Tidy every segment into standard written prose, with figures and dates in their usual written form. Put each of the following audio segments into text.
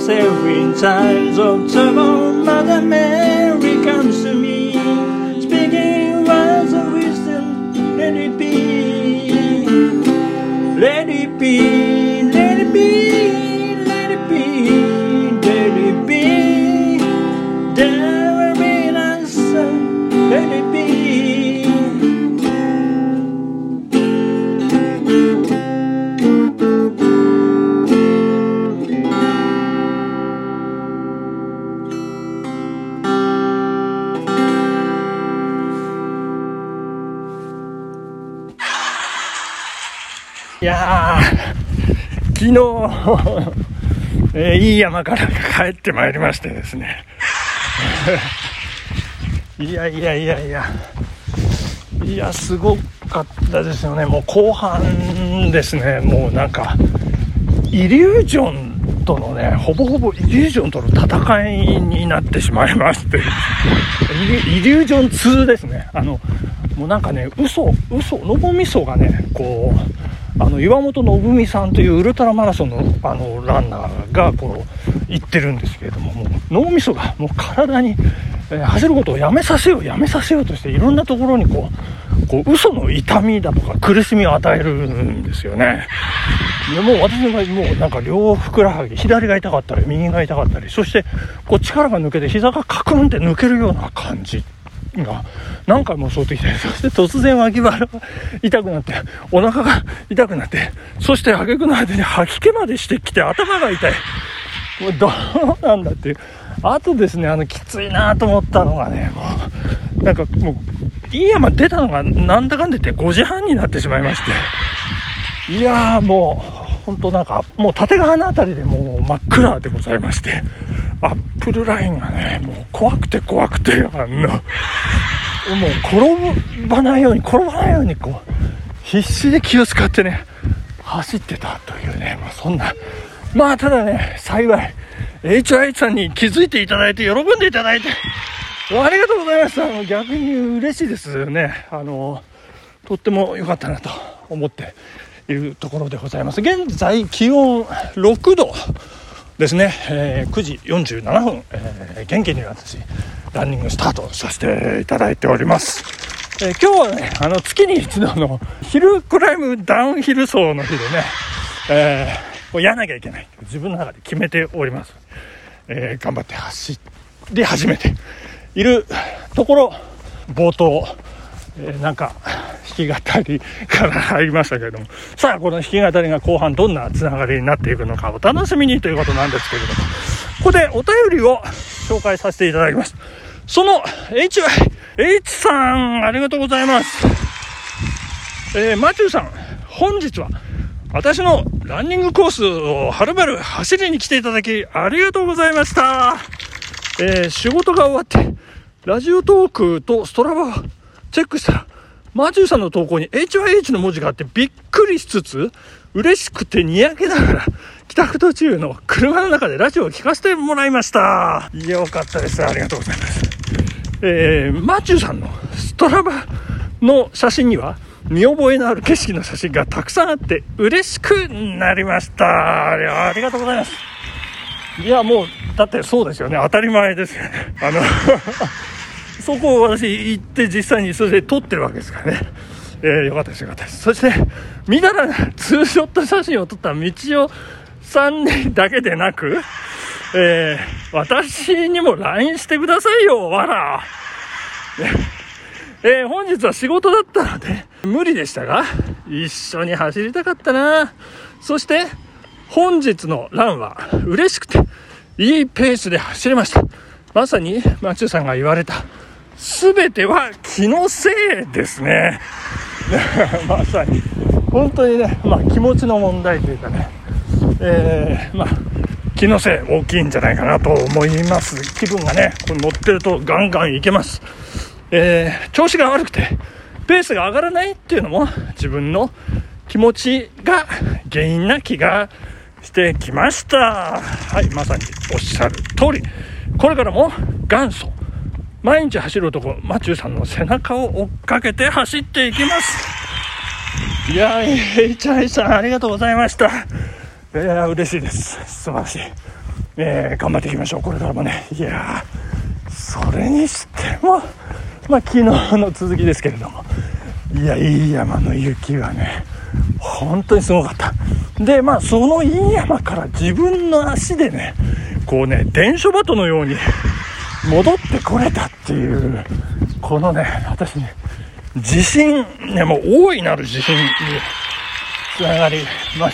myself inside of trouble. Mother Mary comes to me, speaking words of wisdom. Let it be, let it be, let it be, let it be, let it be. There will be an answer. Let it be.いやー、昨日、いい山から帰ってまいりましてですねいやすごかったですよね。もう後半ですね。もうなんかイリュージョンとのね、ほぼほぼイリュージョンとの戦いになってしまいましてイリュージョン2ですね。もうなんかね、嘘のぼみそがね、こう岩本信美さんというウルトラマラソンのランナーがこう言ってるんですけれども、もう脳みそがもう体に、走ることをやめさせようとして、いろんなところにこう嘘の痛みだとか苦しみを与えるんですよね。でもう私の場合、もうなんか両ふくらはぎ、左が痛かったり右が痛かったり、そしてこう力が抜けて膝がカクンって抜けるような感じが何回も襲ってきて、そして突然脇腹が痛くなって、お腹が痛くなって、そして挙句の果てに吐き気までしてきて頭が痛い。もうどうなんだっていう。あとですね、きついなと思ったのがね、もうなんかもういい山出たのがなんだかんだ言って5時半になってしまいまして、いやー、もう本当なんかもう縦川のあたりでもう真っ暗でございまして、アップルラインがね、もう怖くてもう転ばないようにこう必死で気を使ってね走ってたというね、そんな、ただね、幸い HIH さんに気づいていただいて喜んでいただいてありがとうございました。逆に嬉しいですよね。とっても良かったなと思っているところでございます。現在気温6度ですね。9時47分、元気に私ランニングスタートさせていただいております。今日はね、月に一度のヒルクライムダウンヒル走の日でね、やらなきゃいけない自分の中で決めております。頑張って走り始めているところ、冒頭、なんか弾き語りから入りましたけれども、さあこの弾き語りが後半どんなつながりになっていくのかお楽しみにということなんですけれども、ここでお便りを紹介させていただきます。その HIH さん、ありがとうございます。マチューさん、本日は私のランニングコースをはるばる走りに来ていただきありがとうございました。仕事が終わってラジオトークとストラバをチェックしたら、マチューさんの投稿に HIH の文字があってびっくりしつつ嬉しくてにやけながら帰宅途中の車の中でラジオを聞かせてもらいました。よかったです。ありがとうございます。マチューさんのストラバの写真には見覚えのある景色の写真がたくさんあって嬉しくなりました。ありがとうございます。いや、もうだってそうですよね、当たり前ですよね。そこを私行って実際にそれで撮ってるわけですからね。よかったです。そして見たらツーショット写真を撮った道夫さんだけでなく、私にも LINE してくださいよ、わら。本日は仕事だったので無理でしたが、一緒に走りたかったな。そして本日のランは嬉しくていいペースで走れました。まさにマチューさんが言われた全ては気のせいですね。まさに本当にね、気持ちの問題というかね、気のせい大きいんじゃないかなと思います。気分がね、乗ってるとガンガンいけます。調子が悪くてペースが上がらないっていうのも自分の気持ちが原因な気がしてきました。はい、まさにおっしゃる通り、これからも元祖毎日走る男マチューさんの背中を追っかけて走っていきます。いやー、HI さんありがとうございました。嬉しいです。素晴らしい。 頑張っていきましょう、これからもね。いやー、それにしても昨日の続きですけれども、いや、いい山の雪がね本当にすごかった。でそのいい山から自分の足でねこうね伝書鳩のように戻ってこれたっていう、このね私ね自信ね、もう大いなる自信につながりまして、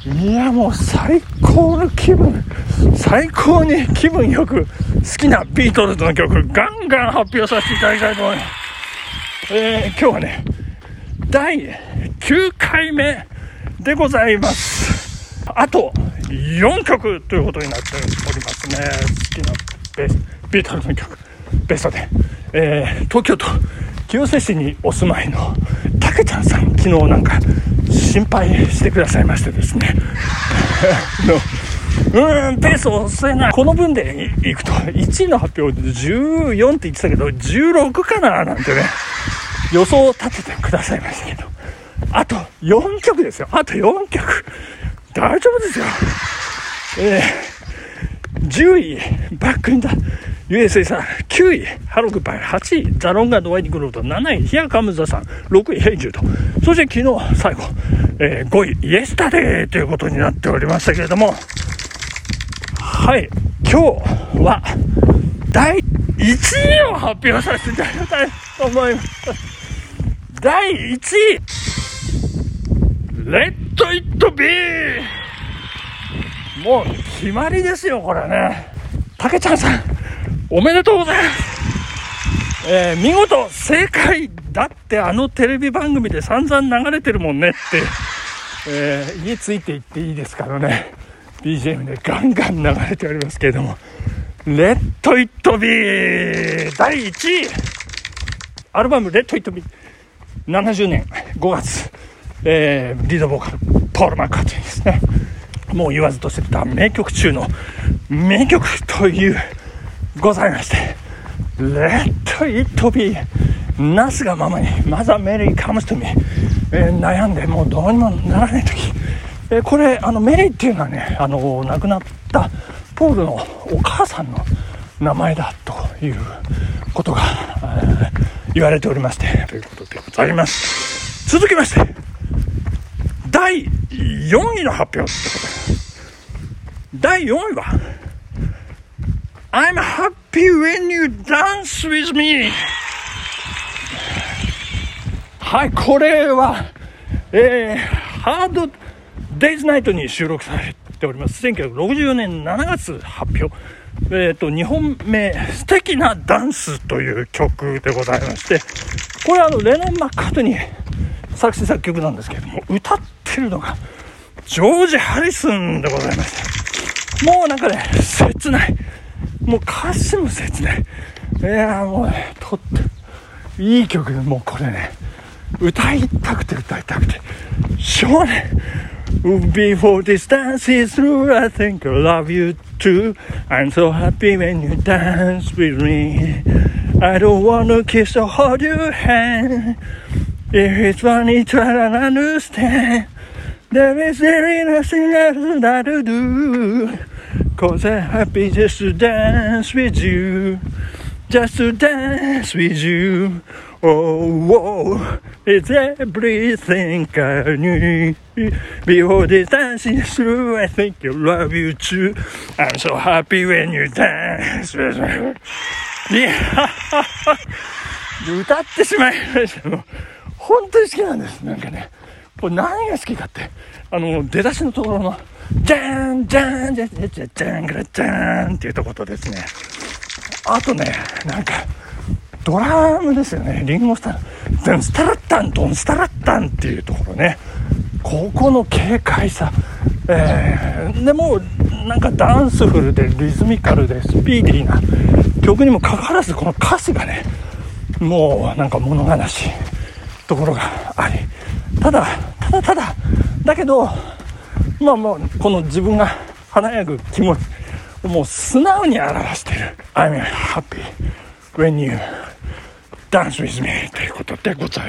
いやもう最高の気分、最高に気分よく好きなビートルズの曲ガンガン発表させていただきたいと思います。今日はね第9回目でございます。あと4曲ということになっておりますね。好きなビートルズの曲ベストで、東京都清瀬市にお住まいのたけちゃんさん、昨日なんか心配してくださいましてですねペースを遅いな、この分でいくと1位の発表14って言ってたけど16かななんてね予想を立ててくださいましたけど、あと4曲ですよ。あと4曲大丈夫ですよ。10位バックインダ USA さん、9位ハローグッバイ、8位ザロンガードワイニングロード、7位ヒアカムザさん、6位ヘイジュード、そして昨日最後、5位イエスタデーということになっておりましたけれども、はい、今日は第1位を発表させていただきたいと思います。第1位レッドイットビー、もう決まりですよこれね。たけちゃんさんおめでとうございます。見事正解だって、あのテレビ番組で散々流れてるもんねって、家ついていっていいですからね、 BGM でガンガン流れておりますけれども、レッドイットビー第1位、アルバムレッドイットビー70年5月、リードボーカルポール・マッカートニーですね。もう言わずと知れた名曲中の名曲というございまして、レッドイットビー、なすがままにマザーメリーカムストミー、悩んでもうどうにもならない時、これメリーっていうのはね亡くなったポールのお母さんの名前だということが言われておりまして、ということでございます。続きまして第4位の発表ということで、第4位は I'm happy when you dance with me。 はい、これは、ハードデイズナイトに収録されております。1964年7月発表、2本目素敵なダンスという曲でございまして、これレノン・マッカートニー作詞作曲なんですけれども、歌ってるのがジョージ・ハリスンでございまして、もうなんかね切ない、もう歌詞も切ない、いやもうねとっていい曲で、もうこれね歌いたくてしょうがない。 Before this dance is through, I think I love you too. I'm so happy when you dance with me. I don't want to kiss or hold your hand. If it's funny, try to understand. There is really nothing else that to do. Cause I'm happy just to dance with you. Just to dance with you. Oh, it's everything I need. Before this dance is through, I think I love you too. I'm so happy when you dance with me. いや歌ってしまいました。本当に好きなんです。なんかね、これ何が好きかって、出だしのところのジャーンジャーンジャーンジャーンジャーンジャーンっていうところとですね、あとね、なんかドラムですよね。リンゴスタラドンスタラッタンドンスタラッタンっていうところね、ここの軽快さ、でもなんかダンスフルでリズミカルでスピーディーな曲にもかかわらず、この歌詞がねもうなんか物悲しいところがあり、ただだけどもうこの自分が華やぐ気持ちもう素直に表している I'm happy when you dance with me ということでございます。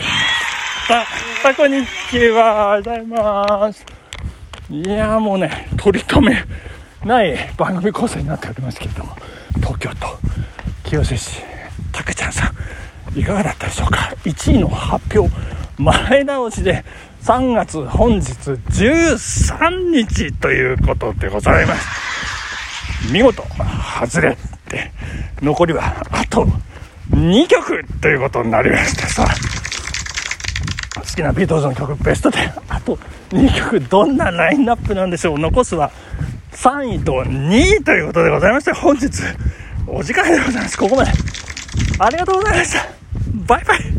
こんにちは、ありがとうございます。いやもうね取り留めない番組構成になっておりますけれども、東京都清瀬市たけちゃんさんいかがだったでしょうか。1位の発表前倒しで3月本日13日ということでございます。見事外れて残りはあと2曲ということになりました。さあ好きなビートルズの曲ベスト10、あと2曲どんなラインナップなんでしょう。残すは3位と2位ということでございまして、本日お時間でございます。ここまでありがとうございました。バイバイ。